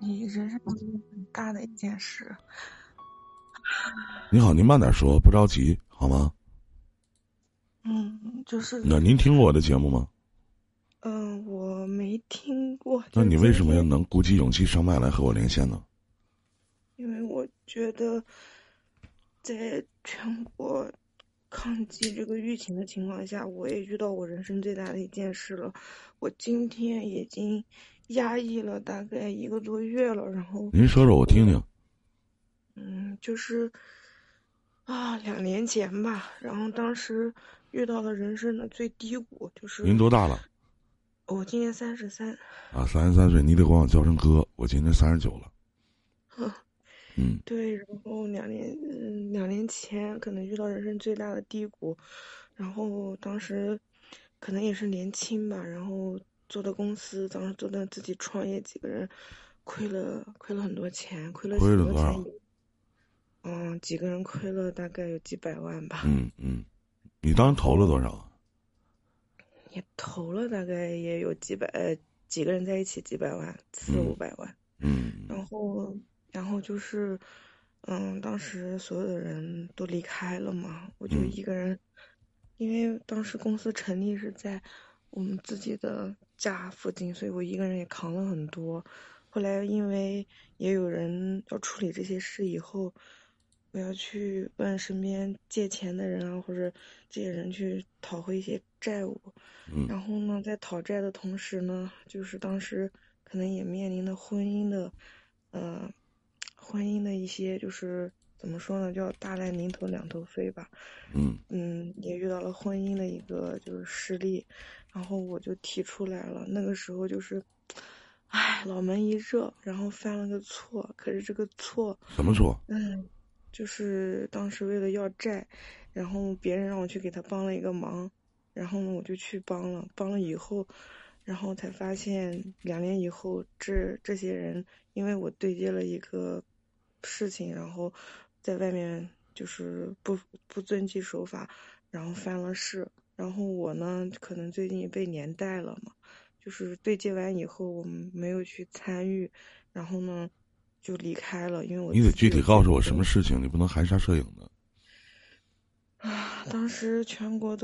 你人生中很大的一件事。 你好，您慢点说，不着急，好吗？ 就是。 那您听过我的节目吗？ 我没听过。 那你为什么要今天能鼓起勇气上麦来和我连线呢？ 因为我觉得，在全国抗击这个疫情的情况下，我也遇到我人生最大的一件事了。我今天已经压抑了大概1个多月了，然后您说说我听听。 就是2年前吧，然后当时遇到了人生的最低谷，就是您多大了？ 我今年33。 啊，33岁，你得管我叫声哥，我今年39了。 对，然后2年前可能遇到人生最大的低谷，然后当时可能也是年轻吧，然后做的公司，当时做的自己创业，几个人亏了很多钱，亏了亏很了多少？ 多钱几个人亏了大概有几百万吧。 你当时投了多少？ 也投了大概也有几个人在一起几百万，400-500万。然后就是，当时所有的人都离开了嘛，我就一个人，因为当时公司成立是在我们自己的家附近，所以我一个人也扛了很多。后来因为也有人要处理这些事以后，我要去问身边借钱的人啊，或者这些人去讨回一些债务。然后呢，在讨债的同时呢，就是当时可能也面临了婚姻的一些，就是怎么说呢，叫大难临头两头飞吧。也遇到了婚姻的一个就是失利，然后我就提出来了。那个时候就是，脑门一热，然后犯了个错。可是这个错， 什么错？ 就是当时为了要债，然后别人让我去给他帮了一个忙，然后呢我就去帮了以后，然后才发现2年以后，这些人因为我对接了一个事情，然后在外面就是不遵纪守法，然后犯了事，然后我呢可能最近被连带了嘛，就是对接完以后我们没有去参与，然后呢就离开了，因为我你得具体自己有告诉我什么事情，你不能含沙射影的。 当时全国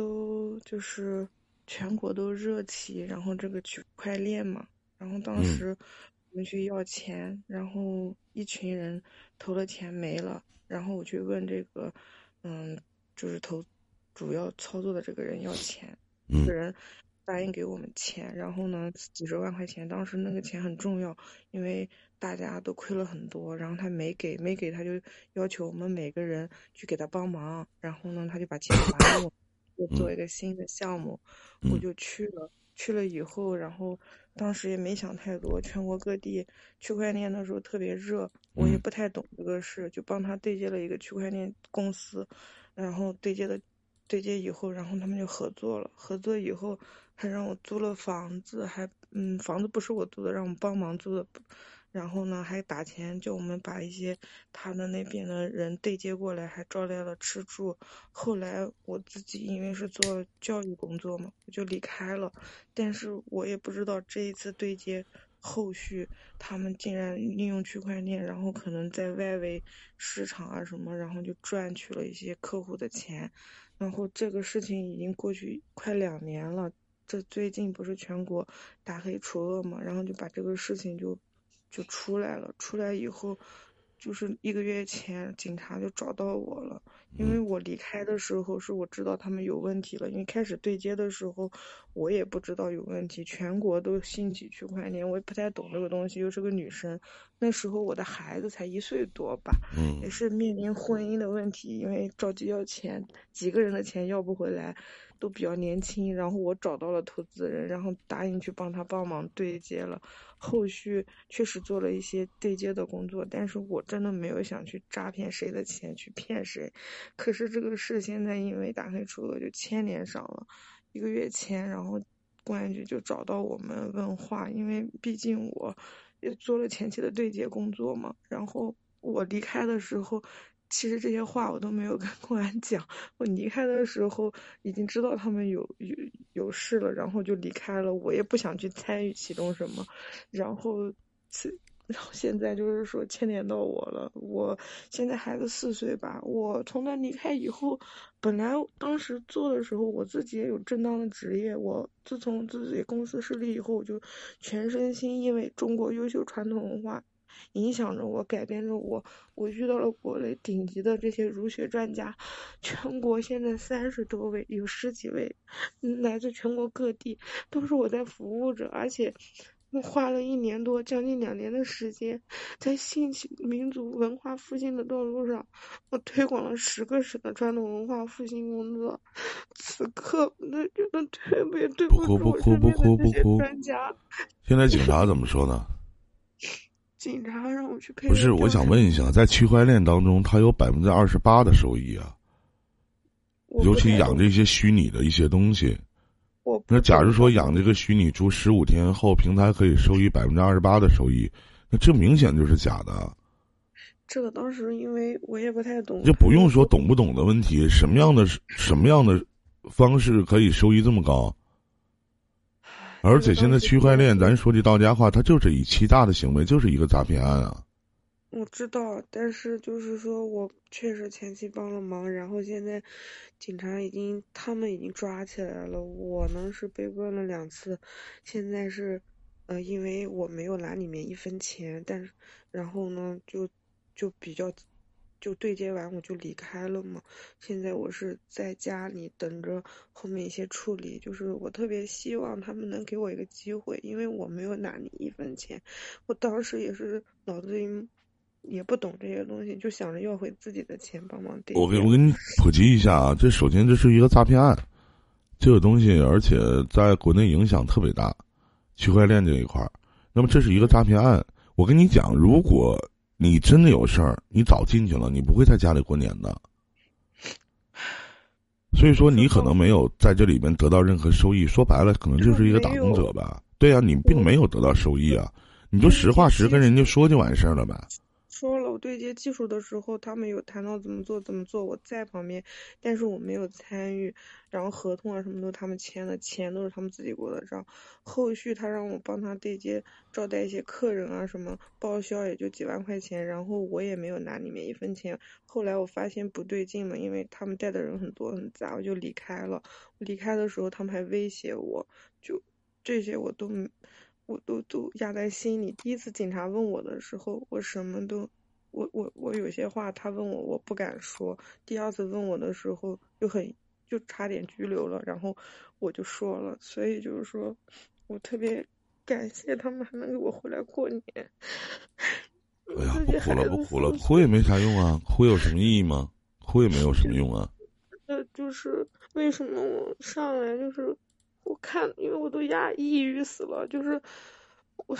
都热起，然后这个区块链嘛，然后当时我们去要钱，然后一群人投了钱没了，然后我去问这个，就是主要操作的这个人要钱，这个人答应给我们钱，然后呢几十万块钱，当时那个钱很重要，因为大家都亏了很多，然后他没给他就要求我们每个人去给他帮忙，然后呢他就把钱还给我们，就做一个新的项目，我就去了。去了以后，然后当时也没想太多，全国各地区块链的时候特别热，我也不太懂这个事，就帮他对接了一个区块链公司，然后对接以后，然后他们就合作了，合作以后还让我租了房子，房子不是我租的，让我们帮忙租的，然后呢还打钱叫我们把一些他的那边的人对接过来，还招来了吃住。后来我自己因为是做教育工作嘛，我就离开了，但是我也不知道这一次对接后续他们竟然利用区块链，然后可能在外围市场啊什么，然后就赚取了一些客户的钱，然后这个事情已经过去快2年了，这最近不是全国打黑除恶嘛，然后就把这个事情就出来了，出来以后就是1个月前警察就找到我了，因为我离开的时候是我知道他们有问题了，因为开始对接的时候我也不知道有问题，全国都兴起区块链，我也不太懂这个东西，又是个女生，那时候我的孩子才1岁多吧，也是面临婚姻的问题，因为着急要钱，几个人的钱要不回来，都比较年轻，然后我找到了投资人，然后答应去帮他帮忙对接了，后续确实做了一些对接的工作，但是我真的没有想去诈骗谁的钱，去骗谁，可是这个事现在因为打黑除恶就牵连上了，1个月前，然后公安局就找到我们问话，因为毕竟我也做了前期的对接工作嘛，然后我离开的时候其实这些话我都没有跟公安讲，我离开的时候已经知道他们有事了，然后就离开了，我也不想去参与其中什么，然后然后现在就是说牵连到我了。我现在孩子4岁吧，我从他离开以后，本来当时做的时候，我自己也有正当的职业。我自从自己公司设立以后，我就全身心因为中国优秀传统文化影响着我，改变着我。我遇到了国内顶级的这些儒学专家，全国现在30多位，有10几位，来自全国各地，都是我在服务着，而且。我花了1年多，将近2年的时间，在兴起民族文化复兴的道路上，我推广了10个省的传统文化复兴工作。此刻，我都觉得特别对不不住我哭不哭不身边的这些哭不哭。 专家。 现在警察怎么说呢？ 警察让我去配合不是，我调查想问一下，在区块链当中，它有28%的收益啊，尤其养这些虚拟的一些东西。那假如说养这个虚拟猪15天后，平台可以收益28%的收益，那这明显就是假的。 这个当时因为我也不太懂， 就不用说懂不懂的问题，什么样的方式可以收益这么高？而且现在区块链，咱说句到家话，它就是以欺诈的行为，就是一个诈骗案啊。 我知道，但是就是说我确实前期帮了忙，然后现在警察他们已经抓起来了，我呢是被问了2次，现在是因为我没有拿里面1分钱，但是然后呢就比较就对接完我就离开了嘛。现在我是在家里等着后面一些处理，就是我特别希望他们能给我一个机会，因为我没有拿你1分钱，我当时也是脑子里也不懂这些东西，就想着要回自己的钱帮忙对。 我给你普及一下啊，首先这是一个诈骗案，这个东西而且在国内影响特别大，区块链这一块儿。那么这是一个诈骗案，我跟你讲，如果你真的有事儿，你早进去了，你不会在家里过年的。所以说你可能没有在这里面得到任何收益，说白了可能就是一个打工者吧。对啊，你并没有得到收益啊，你就实话实跟人家说就完事儿了呗。 说了，我对接技术的时候，他们有谈到怎么做，我在旁边，但是我没有参与。然后合同啊什么都他们签的，钱都是他们自己过的账。后续他让我帮他对接招待一些客人啊什么，报销也就几万块钱，然后我也没有拿里面1分钱。后来我发现不对劲了，因为他们带的人很多很杂，我就离开了。我离开的时候，他们还威胁我，就这些我都压在心里。第一次警察问我的时候，我什么都，我有些话他问我，我不敢说。第2次问我的时候，就差点拘留了，然后我就说了。所以就是说，我特别感谢他们还能给我回来过年。 哎呀，不哭了，哭也没啥用啊，哭有什么意义吗？哭也没有什么用啊。 就是为什么我上来就是我看，因为我都抑郁死了，就是我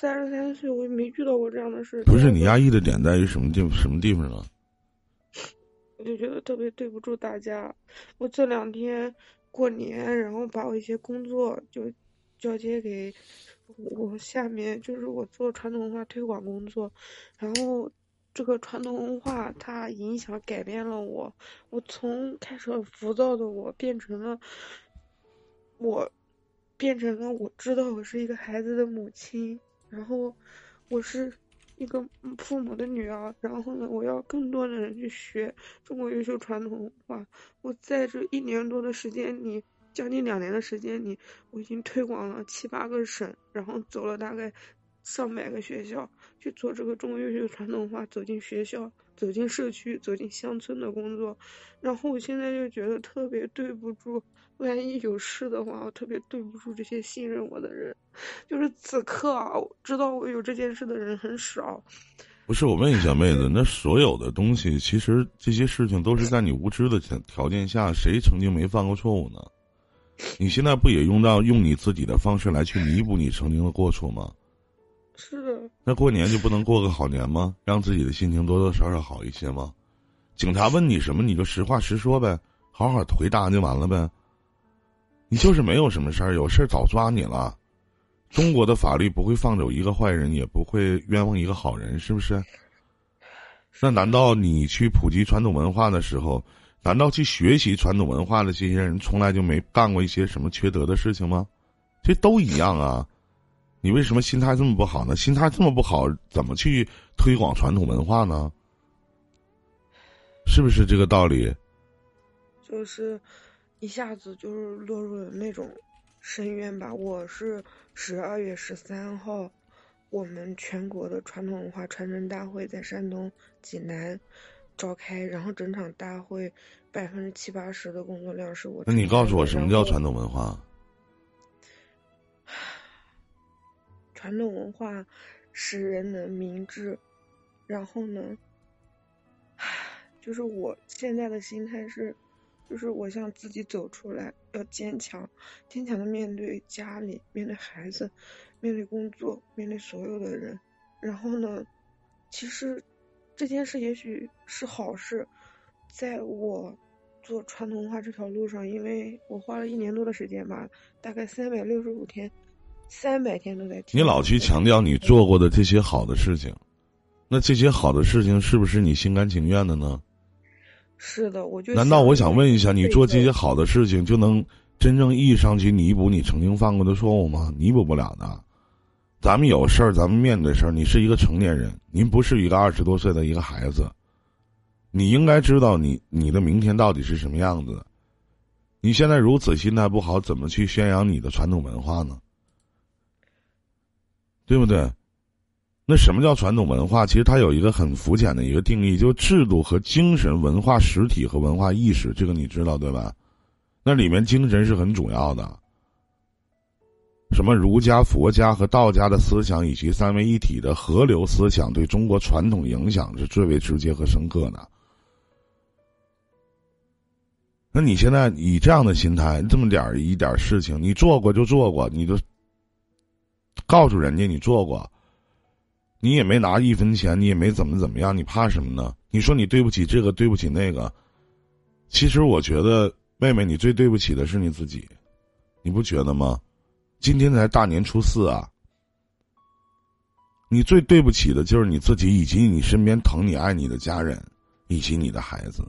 33岁，我也没遇到过这样的事。 不是你压抑的点在于什么地方啊？ 我就觉得特别对不住大家。我这2天过年，然后把我一些工作就交接给我下面，就是我做传统文化推广工作，然后这个传统文化它影响改变了我。我从开始很浮躁的我变成了我知道我是一个孩子的母亲，然后我是一个父母的女儿，然后呢，我要更多的人去学中国优秀传统文化。我在这1年多的时间里，将近2年的时间里，我已经推广了7、8个省，然后走了大概上百个学校，去做这个中国优秀传统文化，走进学校，走进社区，走进乡村的工作。然后我现在就觉得特别对不住，万一有事的话，我特别对不住这些信任我的人。就是此刻啊，知道我有这件事的人很少。 不是，我问一下妹子，那所有的东西，其实这些事情都是在你无知的条件下，谁曾经没犯过错误呢？你现在不也用你自己的方式来去弥补你曾经的过错吗？ 是的。 那过年就不能过个好年吗？让自己的心情多多少少好一些吗？警察问你什么，你就实话实说呗，好好回答就完了呗。你就是没有什么事儿，有事儿早抓你了。中国的法律不会放走一个坏人，也不会冤枉一个好人，是不是？那难道你去普及传统文化的时候，难道去学习传统文化的这些人从来就没干过一些什么缺德的事情吗？这都一样啊。 你为什么心态这么不好呢？心态这么不好，怎么去推广传统文化呢？是不是这个道理？ 就是一下子就是落入了那种深渊吧。我是12月13号，我们全国的传统文化传承大会在山东济南召开，然后整场大会70%-80%的工作量是我。 那你告诉我什么叫传统文化？ 传统文化使人能明智，然后呢，就是我现在的心态是，就是我想自己走出来，要坚强，坚强的面对家里，面对孩子，面对工作，面对所有的人。然后呢，其实这件事也许是好事，在我做传统文化这条路上，因为我花了1年多的时间吧，大概365天，300天都在听。 你老去强调你做过的这些好的事情，那这些好的事情是不是你心甘情愿的呢？ 是的，我就难道我想问一下，你做这些好的事情就能真正意义上去弥补你曾经犯过的错误吗？弥补不了的。咱们有事儿，咱们面对事儿。你是一个成年人，您不是一个20多岁的一个孩子，你应该知道你的明天到底是什么样子的。你现在如此心态不好，怎么去宣扬你的传统文化呢？对不对？那什么叫传统文化？其实它有一个很肤浅的一个定义，就是制度和精神、文化实体和文化意识，这个你知道对吧？那里面精神是很主要的，什么儒家、佛家和道家的思想以及三位一体的河流思想对中国传统影响是最为直接和深刻的。那你现在以这样的心态，这么一点事情，你做过就做过，你就告诉人家你做过，你也没拿1分钱，你也没怎么样，你怕什么呢？你说你对不起这个，对不起那个，其实我觉得妹妹，你最对不起的是你自己，你不觉得吗？今天才大年初4啊，你最对不起的就是你自己，以及你身边疼你爱你的家人，以及你的孩子。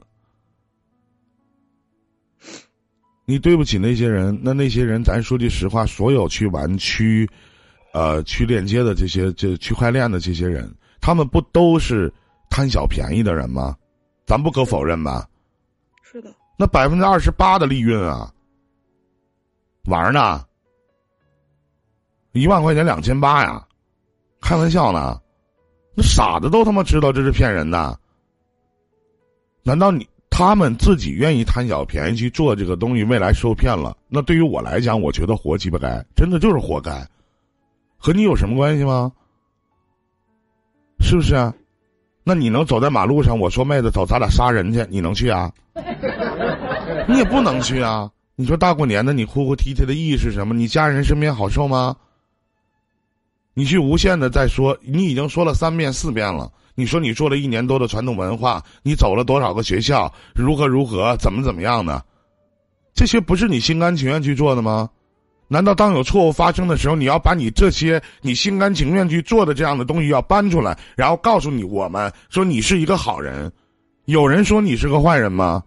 你对不起那些人，那些人，咱说句实话，所有去玩区链接的这区块链的这些人，他们不都是贪小便宜的人吗？咱不可否认吧？ 是的。 那28%的利润啊，玩呢？1万块钱2800呀，开玩笑呢？那傻子都他妈知道这是骗人的。难道他们自己愿意贪小便宜去做这个东西，未来受骗了？那对于我来讲，我觉得活鸡巴该，真的就是活该。和你有什么关系吗？是不是啊？那你能走在马路上，我说妹子走，咱俩杀人去，你能去啊？你也不能去啊！你说大过年的，你哭哭啼啼的意义是什么？你家人身边好受吗？你去无限的再说，你已经说了3遍4遍了。你说你做了1年多的传统文化，你走了多少个学校，如何，怎么样的？这些不是你心甘情愿去做的吗？难道当有错误发生的时候，你要把你这些你心甘情愿去做的这样的东西要搬出来，然后告诉我们说你是一个好人？有人说你是个坏人吗？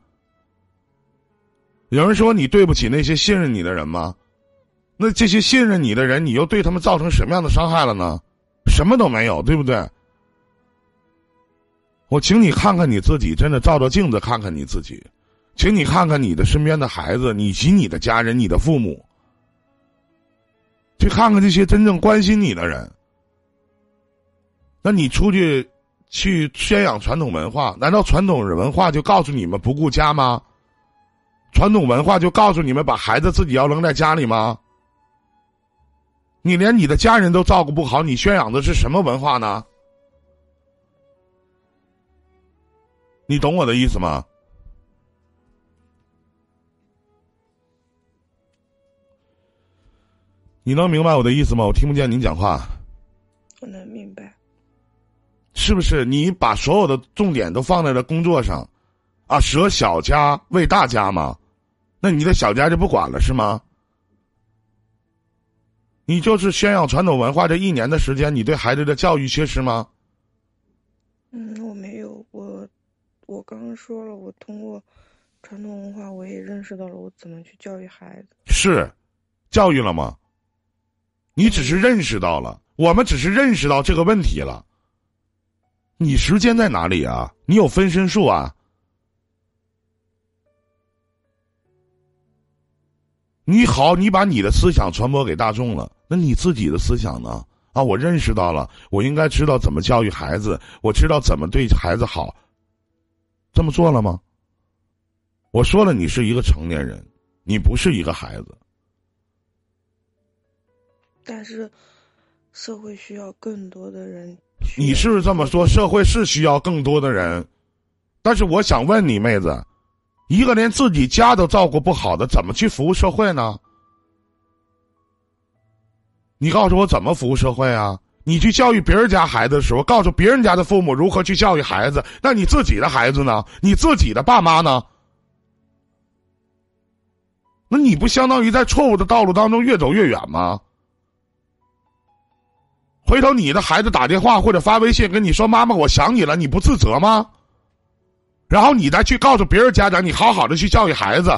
有人说你对不起那些信任你的人吗？那这些信任你的人，你又对他们造成什么样的伤害了呢？什么都没有，对不对？我请你看看你自己，真的照照镜子看看你自己，请你看看你的身边的孩子，以及你的家人，你的父母，去看看这些真正关心你的人。那你出去宣扬传统文化，难道传统文化就告诉你们不顾家吗？传统文化就告诉你们把孩子自己要扔在家里吗？你连你的家人都照顾不好，你宣扬的是什么文化呢？你懂我的意思吗？你能明白我的意思吗？我听不见您讲话。 我能明白。 是不是你把所有的重点都放在了工作上啊？舍小家为大家吗？那你的小家就不管了是吗？你就是宣扬传统文化这1年的时间，你对孩子的教育缺失吗？ 我没有，我刚刚说了，我通过传统文化，我也认识到了我怎么去教育孩子。 是，教育了吗？ 你只是认识到了，我们只是认识到这个问题了。你时间在哪里啊？你有分身术啊？你好，你把你的思想传播给大众了，那你自己的思想呢？啊，我认识到了，我应该知道怎么教育孩子，我知道怎么对孩子好。这么做了吗？我说了，你是一个成年人，你不是一个孩子。 但是社会需要更多的人。 你是这么说，社会是需要更多的人，但是我想问你妹子，一个连自己家都照顾不好的，怎么去服务社会呢？你告诉我怎么服务社会啊？你去教育别人家孩子的时候，告诉别人家的父母如何去教育孩子，那你自己的孩子呢？你自己的爸妈呢？那你不相当于在错误的道路当中越走越远吗？回头你的孩子打电话或者发微信跟你说妈妈我想你了，你不自责吗？然后你再去告诉别人家长，你好好的去教育孩子，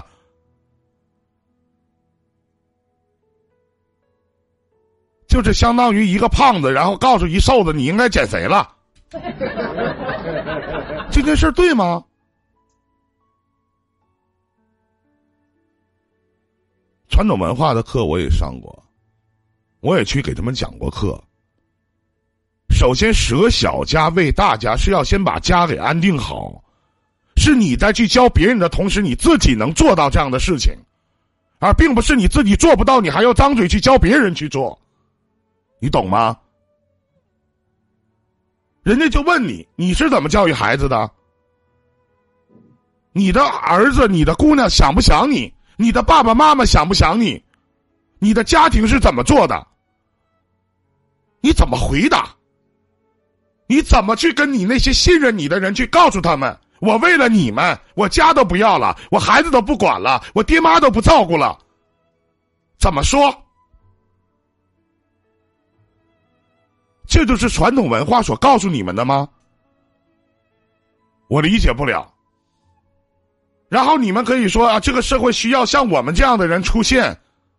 就是相当于一个胖子然后告诉一瘦子你应该减肥了。这件事对吗？传统文化的课我也上过，我也去给他们讲过课。首先舍小家为大家，是要先把家给安定好，是你在去教别人的同时你自己能做到这样的事情，而并不是你自己做不到你还要张嘴去教别人去做，你懂吗？人家就问你，你是怎么教育孩子的？你的儿子你的姑娘想不想你？你的爸爸妈妈想不想你？你的家庭是怎么做的？你怎么回答？你怎么去跟你那些信任你的人去告诉他们，我为了你们我家都不要了，我孩子都不管了，我爹妈都不照顾了？怎么说？这就是传统文化所告诉你们的吗？我理解不了。然后你们可以说啊，这个社会需要像我们这样的人出现。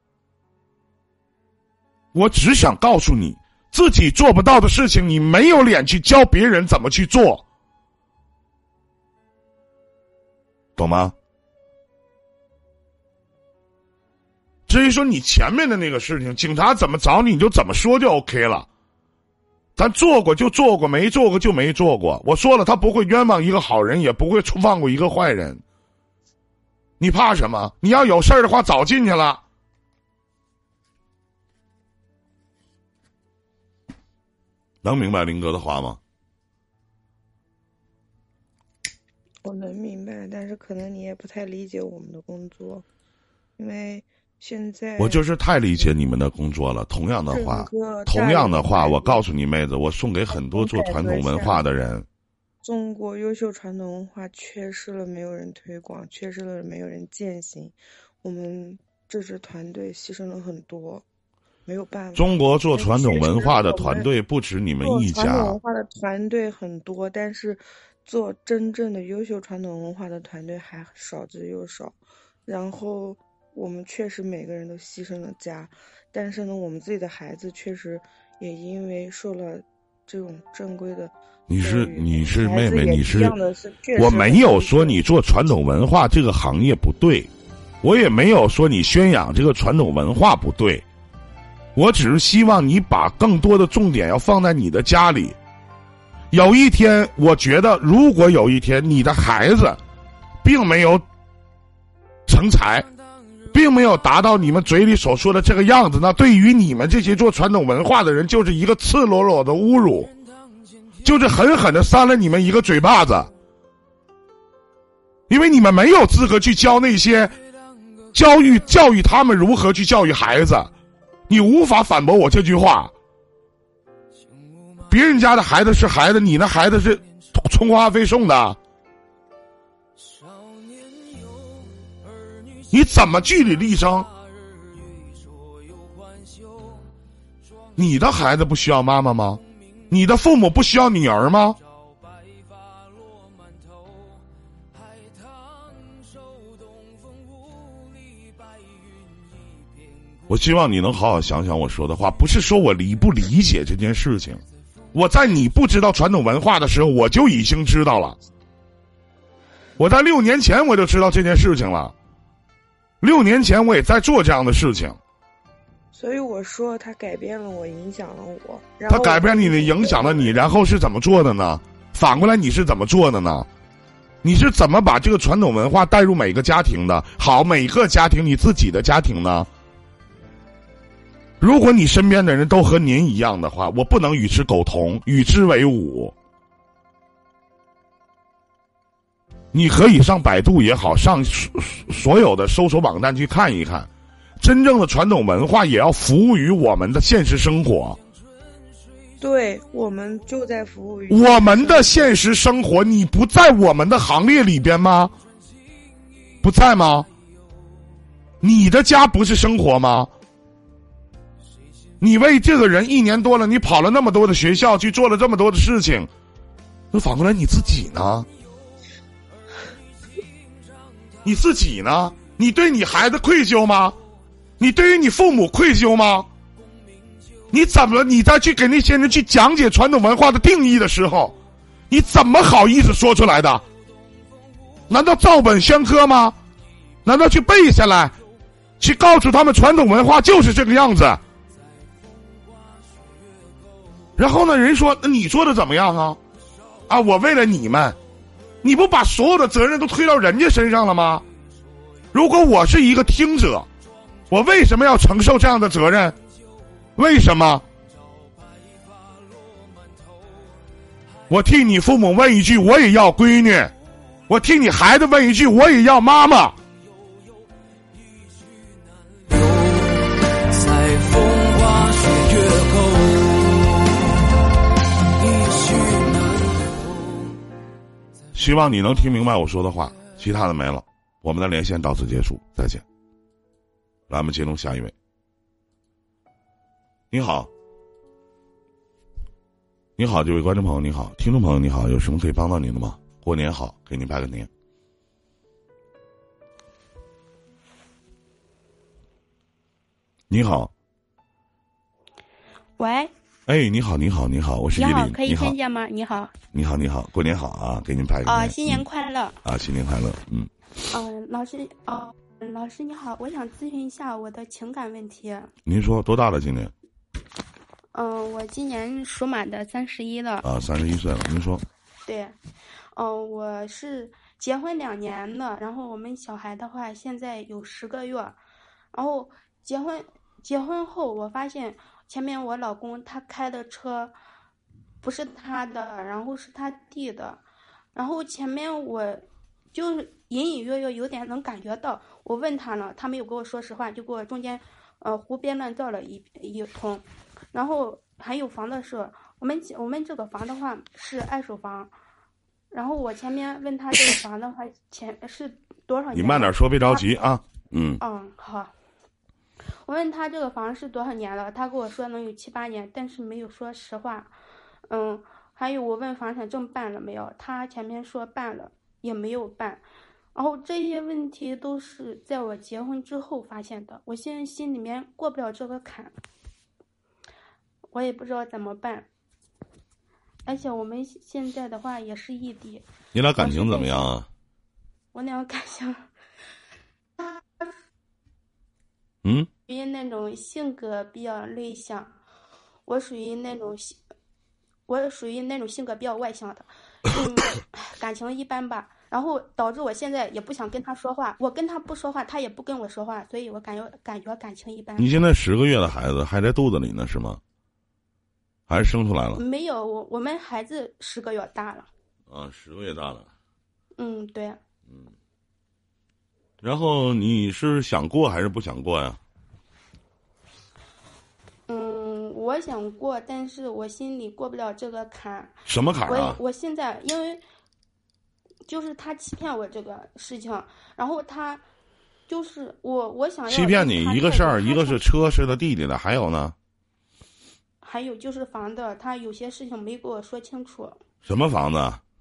我只想告诉你，自己做不到的事情，你没有脸去教别人怎么去做，懂吗？至于说你前面的那个事情，警察怎么找你，你就怎么说就 OK 了。咱做过就做过，没做过就没做过。我说了，他不会冤枉一个好人，也不会放过一个坏人。你怕什么？你要有事儿的话，早进去了。能明白林哥的话吗？ 我能明白，但是可能你也不太理解我们的工作，因为现在我就是太理解你们的工作了。同样的话，我告诉你妹子，我送给很多做传统文化的人。 中国优秀传统文化缺失了没有人推广，缺失了没有人践行，我们这支团队牺牲了很多，没有办法。 中国做传统文化的团队不止你们一家， 传统文化的团队很多，但是做真正的优秀传统文化的团队还少之又少。然后我们确实每个人都牺牲了家，但是呢，我们自己的孩子确实也因为受了这种正规的。你是妹妹，我没有说你做传统文化这个行业不对，我也没有说你宣扬这个传统文化不对，我只是希望你把更多的重点要放在你的家里。有一天，我觉得如果有一天你的孩子并没有成才，并没有达到你们嘴里所说的这个样子，那对于你们这些做传统文化的人就是一个赤裸裸的侮辱，就是狠狠的扇了你们一个嘴巴子，因为你们没有资格去教那些教育他们如何去教育孩子，你无法反驳我这句话。别人家的孩子是孩子，你的孩子是充话费送的，你怎么据理力争？你的孩子不需要妈妈吗？你的父母不需要女儿吗？ 我希望你能好好想想我说的话，不是说我理不理解这件事情，我在你不知道传统文化的时候，我就已经知道了。我在6年前我就知道这件事情了，6年前我也在做这样的事情。 所以我说他改变了我，影响了我。 他改变你的，影响了你，然后是怎么做的呢？反过来你是怎么做的呢？你是怎么把这个传统文化带入每个家庭的？好，每个家庭你自己的家庭呢？如果你身边的人都和您一样的话，我不能与之苟同，与之为伍。你可以上百度也好，上所有的搜索网站去看一看，真正的传统文化也要服务于我们的现实生活。 对，我们就在服务于我们的现实生活，你不在我们的行列里边吗？不在吗？你的家不是生活吗？你为这个人1年多了，你跑了那么多的学校，去做了这么多的事情，那反过来你自己呢？你自己呢？你对你孩子愧疚吗？你对于你父母愧疚吗？你怎么了？你再去给那些人去讲解传统文化的定义的时候，你怎么好意思说出来的？难道照本宣科吗？难道去背下来，去告诉他们传统文化就是这个样子？然后呢，人说那你做的怎么样啊？啊，我为了你们，你不把所有的责任都推到人家身上了吗？如果我是一个听者，我为什么要承受这样的责任？为什么？我替你父母问一句，我也要闺女；我替你孩子问一句，我也要妈妈。在风花雪月后，希望你能听明白我说的话，其他的没了。我们的连线到此结束，再见。来，我们接通下一位。你好，你好，这位观众朋友，你好，听众朋友，你好，有什么可以帮到您的吗？过年好，给您拜个年。你好， 喂， 哎，你好，你好，你好，我是依林， 你好，可以听见吗？你好， 你好，你好，过年好啊，给您拜个年。 新年快乐啊，新年快乐， 老师你好，我想咨询一下我的情感问题。 您说多大了？今年？ 我今年属马的，31了。 啊，31岁了。您说。 对，我是结婚2年了，然后我们小孩的话现在有10个月，然后结婚后我发现前面我老公他开的车不是他的，然后是他弟的，然后前面我就隐隐约约有点能感觉到，我问他了，他没有跟我说实话，就给我中间胡编乱造了一通。然后还有房的是我们这个房的话是二手房，然后我前面问他这个房的话钱是多少年？ 你慢点说，别着急啊。 好。我问他这个房是多少年了，他跟我说能有7、8年，但是没有说实话。还有我问房产证办了没有，他前面说办了，也没有办。然后这些问题都是在我结婚之后发现的，我现在心里面过不了这个坎，我也不知道怎么办。而且我们现在的话也是异地。 你俩感情怎么样啊？ 我俩感情， 属于那种性格比较内向，我属于那种性格比较外向的，感情一般吧。然后导致我现在也不想跟他说话，我跟他不说话，他也不跟我说话，所以我感觉感情一般。 你现在10个月的孩子还在肚子里呢，是吗？还是生出来了？ 没有，我们孩子10个月大了。 啊，10个月大了。 对。 然后你是想过还是不想过呀？ 我想过，但是我心里过不了这个坎。 什么坎啊？ 我现在因为就是他欺骗我这个事情，然后他就是我想要欺骗你一个事儿，一个是车是他弟弟的，还有呢？ 还有就是房子，他有些事情没跟我说清楚。 什么房子？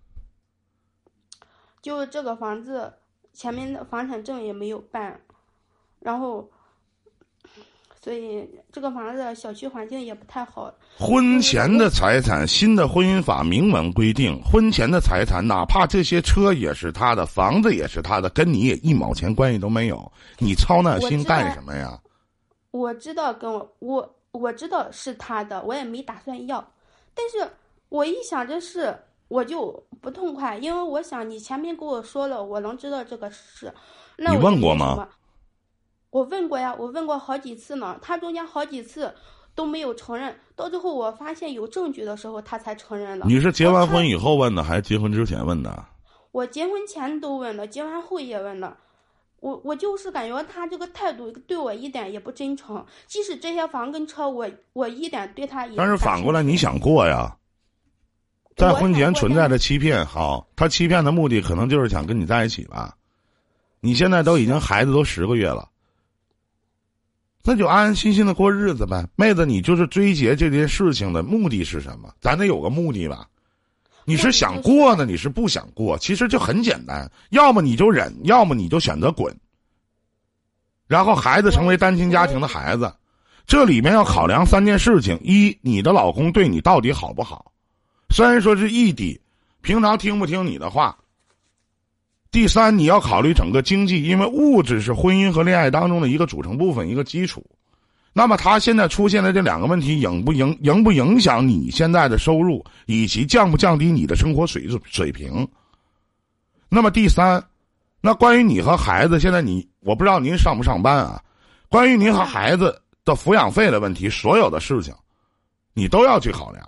就这个房子前面的房产证也没有办，然后所以这个房子小区环境也不太好。 婚前的财产，新的婚姻法明文规定，婚前的财产，哪怕这些车也是他的，房子也是他的，跟你也一毛钱关系都没有，你操那心干什么呀？ 我知道我知道是他的，我也没打算要，但是我一想这事我就不痛快，因为我想你前面跟我说了，我能知道这个事，那你问过吗？ 我问过呀，我问过好几次呢，他中间好几次都没有承认，到最后我发现有证据的时候他才承认的。 你是结完婚以后问的，还是结婚之前问的？ 我结婚前都问了，结完后也问了。我就是感觉他这个态度对我一点也不真诚，即使这些房跟车我一点对他也。 但是反过来你想过呀，在婚前存在着欺骗，好，他欺骗的目的可能就是想跟你在一起吧。你现在都已经孩子都10个月了，那就安安心心的过日子呗。妹子，你就是追结这件事情的目的是什么？咱得有个目的吧。你是想过呢，你是不想过？其实就很简单，要么你就忍，要么你就选择滚。然后孩子成为单亲家庭的孩子，这里面要考量3件事情：一，你的老公对你到底好不好？虽然说是异地，平常听不听你的话。第三，你要考虑整个经济，因为物质是婚姻和恋爱当中的一个组成部分，一个基础。那么他现在出现的这2个问题，影不影响你现在的收入，以及降不降低你的生活水平？那么第三，那关于你和孩子，现在我不知道您上不上班啊？关于您和孩子的抚养费的问题，所有的事情，你都要去考量。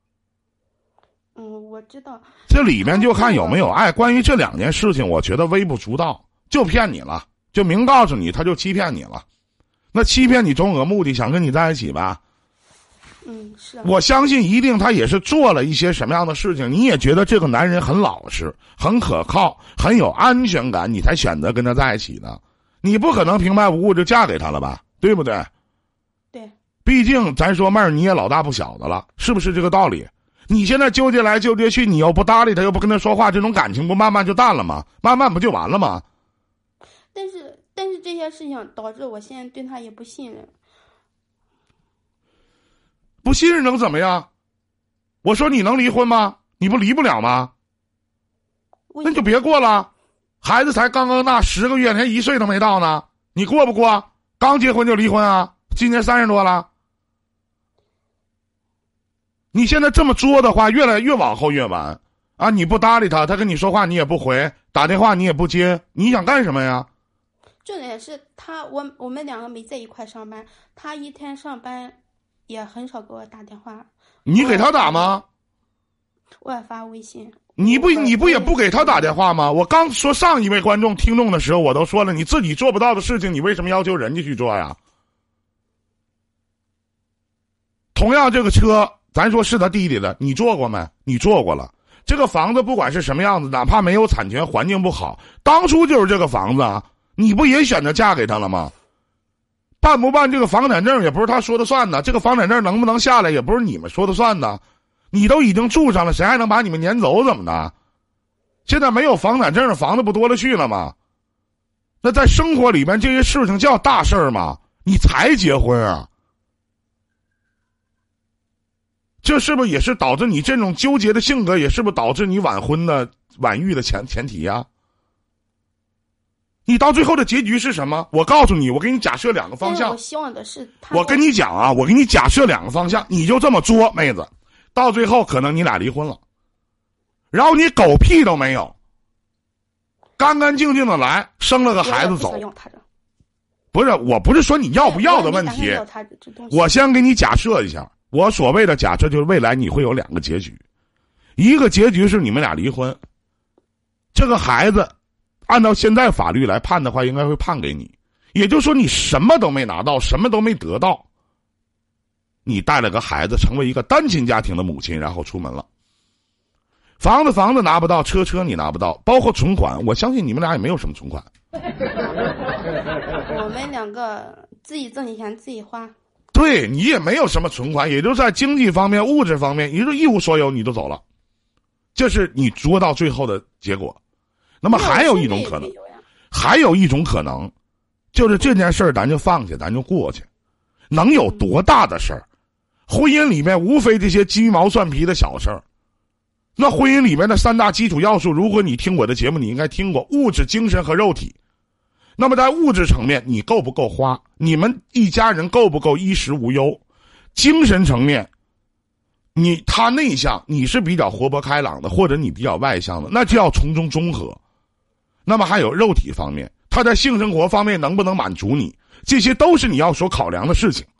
我知道。 这里面就看有没有爱。关于这2件事情，我觉得微不足道，就骗你了，就明告诉你，他就欺骗你了。那欺骗你总有个目的，想跟你在一起吧。 是。 我相信一定他也是做了一些什么样的事情，你也觉得这个男人很老实、很可靠、很有安全感，你才选择跟他在一起的。你不可能平白无故就嫁给他了吧？对不对？ 对。毕竟咱说妹儿，你也老大不小的了，是不是这个道理？你现在纠结来纠结去，你又不搭理他，又不跟他说话，这种感情不慢慢就淡了吗？慢慢不就完了吗？ 但是这些事情导致我现在对他也不信任。 不信任能怎么样？我说你能离婚吗？你不离不了吗？那就别过了。孩子才刚刚大10个月，连1岁都没到呢，你过不过？刚结婚就离婚啊？今年30多了。你现在这么作的话，越来越往后越晚啊！你不搭理他，他跟你说话你也不回，打电话你也不接，你想干什么呀？ 重点是我们2个没在一块上班，他一天上班也很少给我打电话。 你给他打吗？ 我也发微信。 你不也不给他打电话吗？我刚说上一位观众听众的时候，我都说了，你自己做不到的事情，你为什么要求人家去做呀？同样这个车，咱说是他弟弟的，你做过没？你做过了。这个房子不管是什么样子，哪怕没有产权，环境不好，当初就是这个房子啊，你不也选择嫁给他了吗？办不办这个房产证也不是他说的算的，这个房产证能不能下来也不是你们说的算的。你都已经住上了，谁还能把你们撵走怎么的？现在没有房产证的房子不多了去了吗？那在生活里边这些事情叫大事儿吗？你才结婚啊？这是不是也是导致你这种纠结的性格，也是不是导致你晚育的前提呀？你到最后的结局是什么？我告诉你，我给你假设2个方向。 我希望的是他。 我跟你讲啊，我给你假设2个方向，你就这么作，妹子，到最后可能你俩离婚了，然后你狗屁都没有，干干净净的来生了个孩子走。不是，我不是说你要不要的问题，我先给你假设一下。我所谓的假设就是未来你会有2个结局，一个结局是你们俩离婚，这个孩子按照现在法律来判的话，应该会判给你，也就是说你什么都没拿到，什么都没得到，你带了个孩子成为一个单亲家庭的母亲，然后出门了，房子拿不到，车你拿不到，包括存款，我相信你们俩也没有什么存款。 我们2个自己挣钱自己花。 对，你也没有什么存款，也就在经济方面、物质方面，你就一无所有，你就走了，这是你作到最后的结果。那么还有一种可能，就是这件事儿咱就放下，咱就过去。 能有多大的事儿？婚姻里面无非这些鸡毛蒜皮的小事儿。那婚姻里面的3大基础要素，如果你听我的节目，你应该听过物质、精神和肉体。那么在物质层面，你够不够花？你们一家人够不够衣食无忧？精神层面，他内向，你是比较活泼开朗的，或者你比较外向的，那就要从中综合。那么还有肉体方面，他在性生活方面能不能满足你？这些都是你要所考量的事情。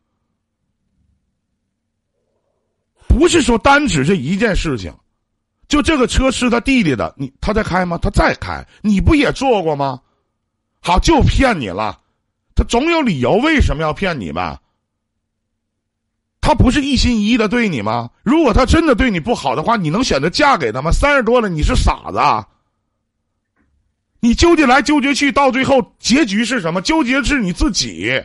不是说单指这一件事情。就这个车是他弟弟的，他在开吗？他在开，你不也坐过吗？好，就骗你了，他总有理由为什么要骗你吧？他不是一心一意的对你吗？如果他真的对你不好的话，你能选择嫁给他吗？30多了，你是傻子啊？你纠结来纠结去，到最后结局是什么？纠结是你自己，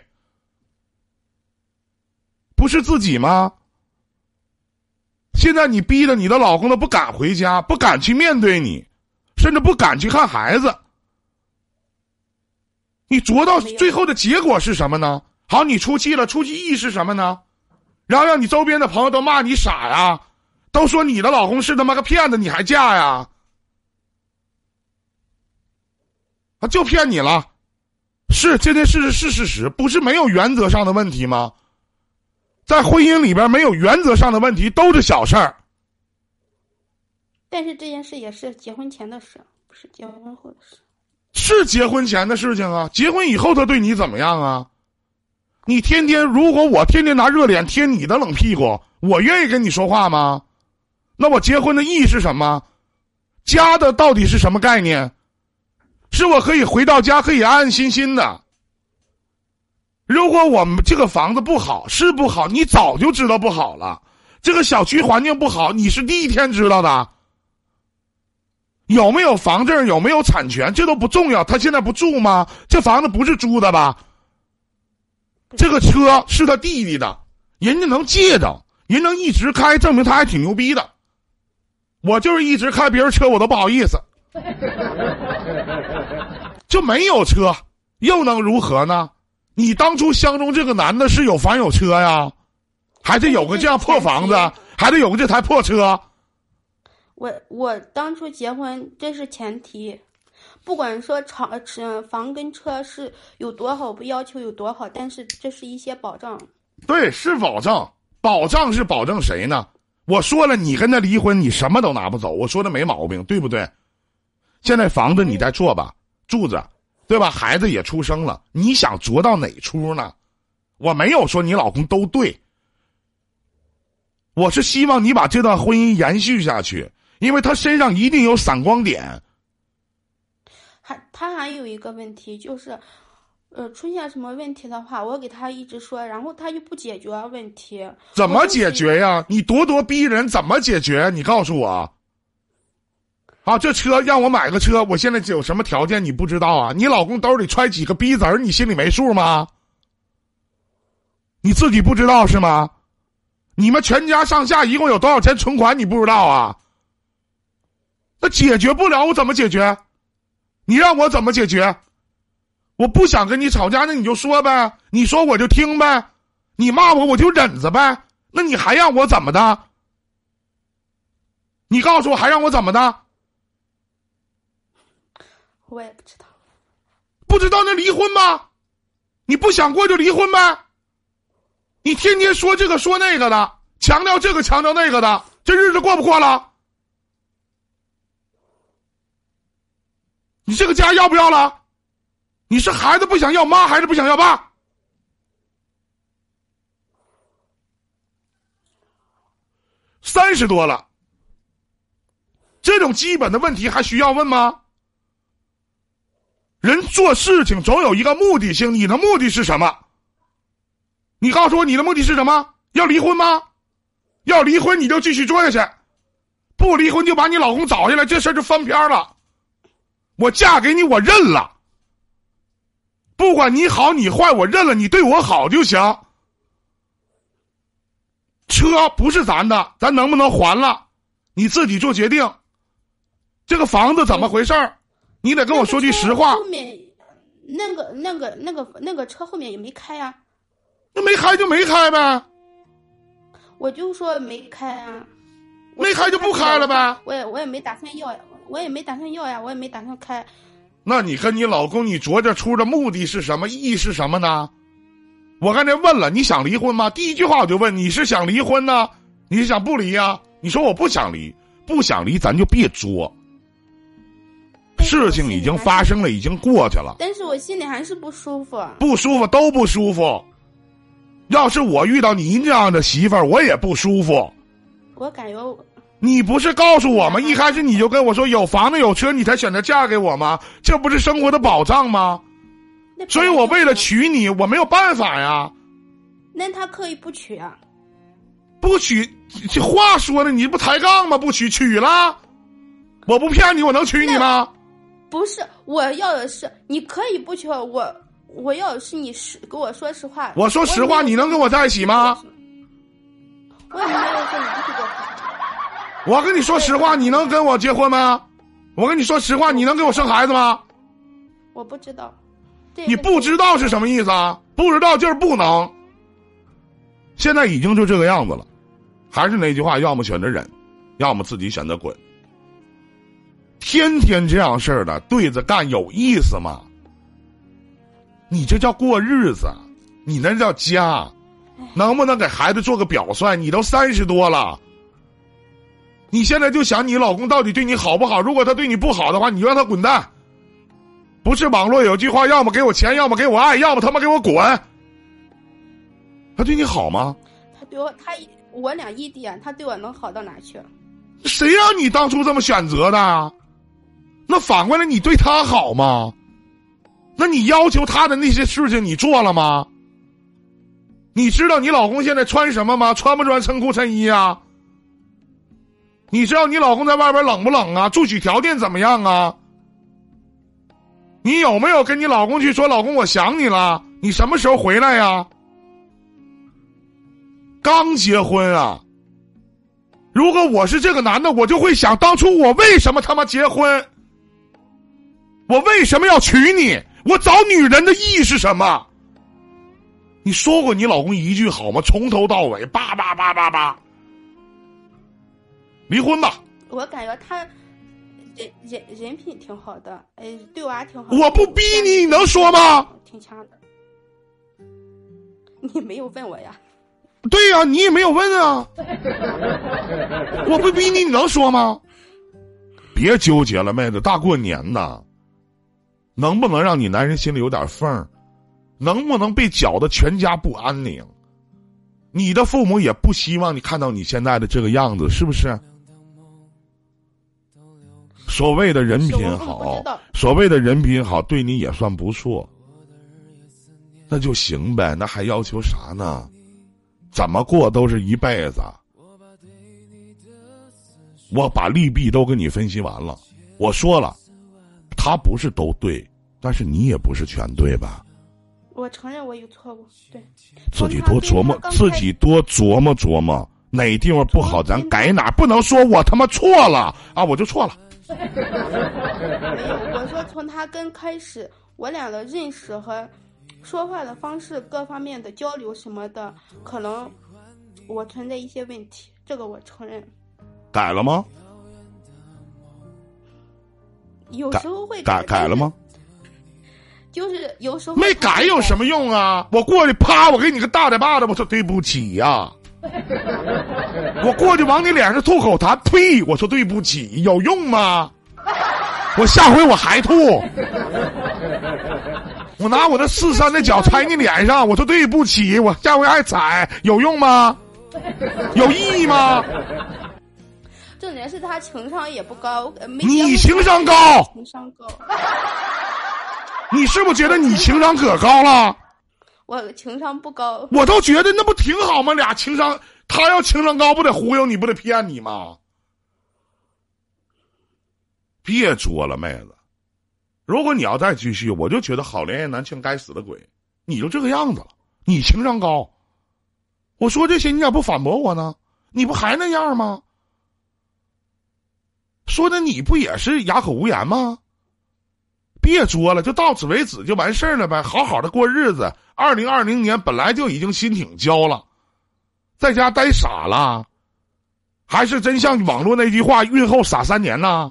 不是自己吗？现在你逼着你的老公都不敢回家，不敢去面对你，甚至不敢去看孩子。你着到最后的结果是什么呢？好，你出气了，出气意是什么呢？然后让你周边的朋友都骂你傻呀，都说你的老公是他妈个骗子，你还嫁呀？就骗你了。是，这件事是事实，不是没有原则上的问题吗？在婚姻里边没有原则上的问题都是小事儿。 但是这件事也是结婚前的事，不是结婚后的事。 是结婚前的事情啊，结婚以后他对你怎么样啊？你天天，如果我天天拿热脸贴你的冷屁股，我愿意跟你说话吗？那我结婚的意义是什么？家的到底是什么概念？是我可以回到家可以安安心心的。如果我们这个房子不好，是不好，你早就知道不好了。这个小区环境不好，你是第一天知道的。有没有房证，有没有产权，这都不重要。他现在不住吗？这房子不是租的吧？这个车是他弟弟的，人家能借着，人能一直开，证明他还挺牛逼的。我就是一直开别人车，我都不好意思。就没有车，又能如何呢？你当初相中这个男的是有房有车呀，还得有个这样破房子，还得有个这台破车。 我当初结婚，这是前提，不管说房跟车是有多好，不要求有多好，但是这是一些保障。 对，是保障，保障是保证谁呢？我说了，你跟他离婚，你什么都拿不走，我说的没毛病，对不对？现在房子你再做吧，住着，对吧？孩子也出生了，你想着到哪出呢？我没有说你老公都对，我是希望你把这段婚姻延续下去，因为他身上一定有闪光点。 他还有一个问题就是，出现什么问题的话，我给他一直说，然后他就不解决问题。 怎么解决呀？你咄逼人，怎么解决？你告诉我。啊，这车让我买个车，我现在有什么条件你不知道啊？你老公兜里揣几个逼子儿，你心里没数吗？你自己不知道是吗？你们全家上下一共有多少钱存款你不知道啊？那解决不了我怎么解决？你让我怎么解决？我不想跟你吵架，那你就说呗，你说我就听呗，你骂我就忍着呗，那你还让我怎么的？你告诉我还让我怎么的？ 我也不知道。 不知道那离婚吧？你不想过就离婚呗？你天天说这个说那个的，强调这个强调那个的，这日子过不过了？你这个家要不要了？你是孩子不想要妈还是不想要爸？30多了，这种基本的问题还需要问吗？人做事情总有一个目的性，你的目的是什么？你告诉我你的目的是什么？要离婚吗？要离婚你就继续做下去，不离婚就把你老公找下来，这事儿就翻篇了。我嫁给你，我认了，不管你好你坏，我认了，你对我好就行。车不是咱的，咱能不能还了？你自己做决定。这个房子怎么回事儿？你得跟我说句实话。 后面那个车后面也没开啊。 那没开就没开呗。 我就说没开啊。 没开就不开了呗。 我也没打算要呀，我也没打算开。 那你跟你老公你着着出的目的是什么？意义是什么呢？我刚才问了，你想离婚吗？第一句话我就问，你是想离婚呢？你是想不离啊？你说我不想离，不想离咱就别作。事情已经发生了，已经过去了。 但是我心里还是不舒服。 不舒服都不舒服。要是我遇到您这样的媳妇儿，我也不舒服。 我感觉你不是告诉我吗？一开始你就跟我说有房子有车你才选择嫁给我吗？这不是生活的保障吗？所以我为了娶你，我没有办法呀。 那他可以不娶啊？ 不娶，这话说的你不抬杠吗？不娶，娶了，我不骗你，我能娶你吗？ 不是，我要的是你可以不娶我要的是你跟我说实话。 我说实话，你能跟我在一起吗？ 我也没有说你不许跟我。 我跟你说实话，你能跟我结婚吗？我跟你说实话，你能给我生孩子吗？ 我不知道。 你不知道是什么意思啊？不知道就是不能。现在已经就这个样子了，还是那句话，要么选择忍，要么自己选择滚。天天这样事儿的对着干有意思吗？你这叫过日子，你那叫家。能不能给孩子做个表率？你都30多了，你现在就想你老公到底对你好不好？如果他对你不好的话，你就让他滚蛋。不是网络有句话，要么给我钱，要么给我爱，要么他妈给我滚。他对你好吗？ 他对我俩异地啊，他对我能好到哪去？ 谁让你当初这么选择的？那反过来你对他好吗？那你要求他的那些事情你做了吗？你知道你老公现在穿什么吗？穿不穿衬裤衬衣啊？你知道你老公在外边冷不冷啊？住宿条件怎么样啊？你有没有跟你老公去说，老公我想你了，你什么时候回来呀？刚结婚啊。如果我是这个男的，我就会想，当初我为什么他妈结婚？我为什么要娶你？我找女人的意义是什么？你说过你老公一句好吗？从头到尾叭叭叭叭叭。离婚吧。 我感觉他人品挺好的，对我还挺好的。 我不逼你，你能说吗？ 挺强的。你没有问我呀？ 对呀，你也没有问啊。我不逼你，你能说吗？别纠结了，妹子，大过年的，能不能让你男人心里有点缝儿？能不能被搅得全家不安宁？你的父母也不希望你看到你现在的这个样子，是不是？所谓的人品好，所谓的人品好，对你也算不错，那就行呗，那还要求啥呢？怎么过都是一辈子。我把利弊都跟你分析完了，我说了，他不是都对，但是你也不是全对吧？ 我承认我有错误，对。 自己多琢磨，自己多琢磨琢磨，哪地方不好咱改哪，不能说我他妈错了啊，我就错了。 没有，我说从他跟开始，我俩的认识和说话的方式各方面的交流什么的，可能我存在一些问题，这个我承认。 改了吗？ 有时候会改了吗？ 就是有时候没改有什么用啊？我过去啪，我给你个大嘴巴子，我说对不起呀。我过去往你脸上吐口痰，呸！我说对不起，有用吗？我下回我还吐。我拿我的43的脚踩你脸上，我说对不起，我下回还踩，有用吗？有意义吗？ 重点是他情商也不高， 你情商高， 情商高。 你是不是觉得你情商可高了？ 我情商不高， 我都觉得那不挺好吗？俩情商，他要情商高，不得忽悠你，不得骗你吗？别作了，妹子。如果你要再继续，我就觉得好恋爱男性该死的鬼，你就这个样子了。你情商高，我说这些你咋不反驳我呢？你不还那样吗？说的你不也是哑口无言吗？ 别作了，就到此为止就完事儿了呗，好好的过日子。2020年本来就已经心挺焦了，在家待傻了，还是真像网络那句话，孕后傻3年呢？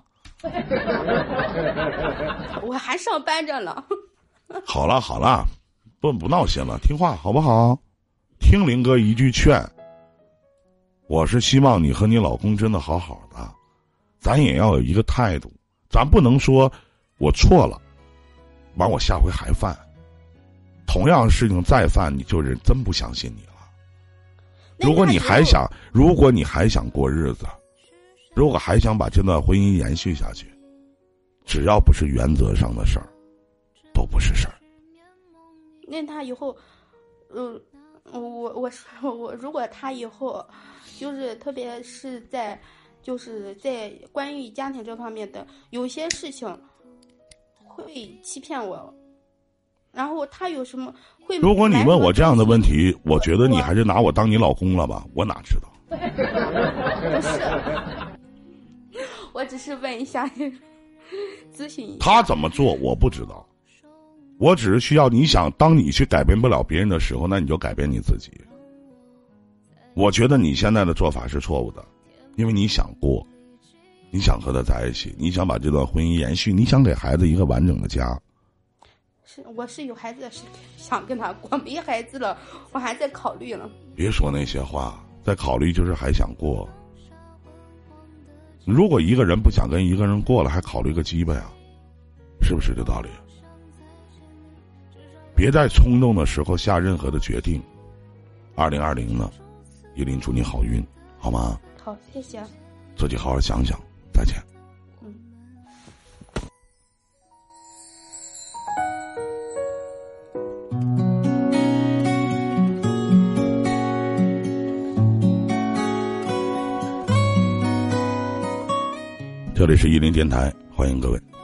我还上班着呢。 好了好了，不闹心了，听话好不好？听林哥一句劝，我是希望你和你老公真的好好的，咱也要有一个态度，咱不能说我错了，完我下回还犯，同样的事情再犯，你就人真不相信你了。如果你还想过日子，如果还想把这段婚姻延续下去，只要不是原则上的事儿，都不是事儿。 那他以后，我如果他以后，就是特别是在关于家庭这方面的有些事情会欺骗我，然后他有什么会？ 如果你问我这样的问题，我觉得你还是拿我当你老公了吧？我哪知道？ 不是，我只是问一下，咨询一下。 他怎么做我不知道，我只是需要你想，当你去改变不了别人的时候，那你就改变你自己。我觉得你现在的做法是错误的，因为你想过，你想和他在一起，你想把这段婚姻延续，你想给孩子一个完整的家。 我是有孩子的，是想跟他过，没孩子了，我还在考虑呢。 别说那些话，在考虑就是还想过。如果一个人不想跟一个人过了，还考虑个鸡巴呀？是不是这道理？别在冲动的时候下任何的决定。2020呢，依林祝你好运，好吗？ 好，谢谢。 自己好好想想，再见。这里是依林电台，欢迎各位。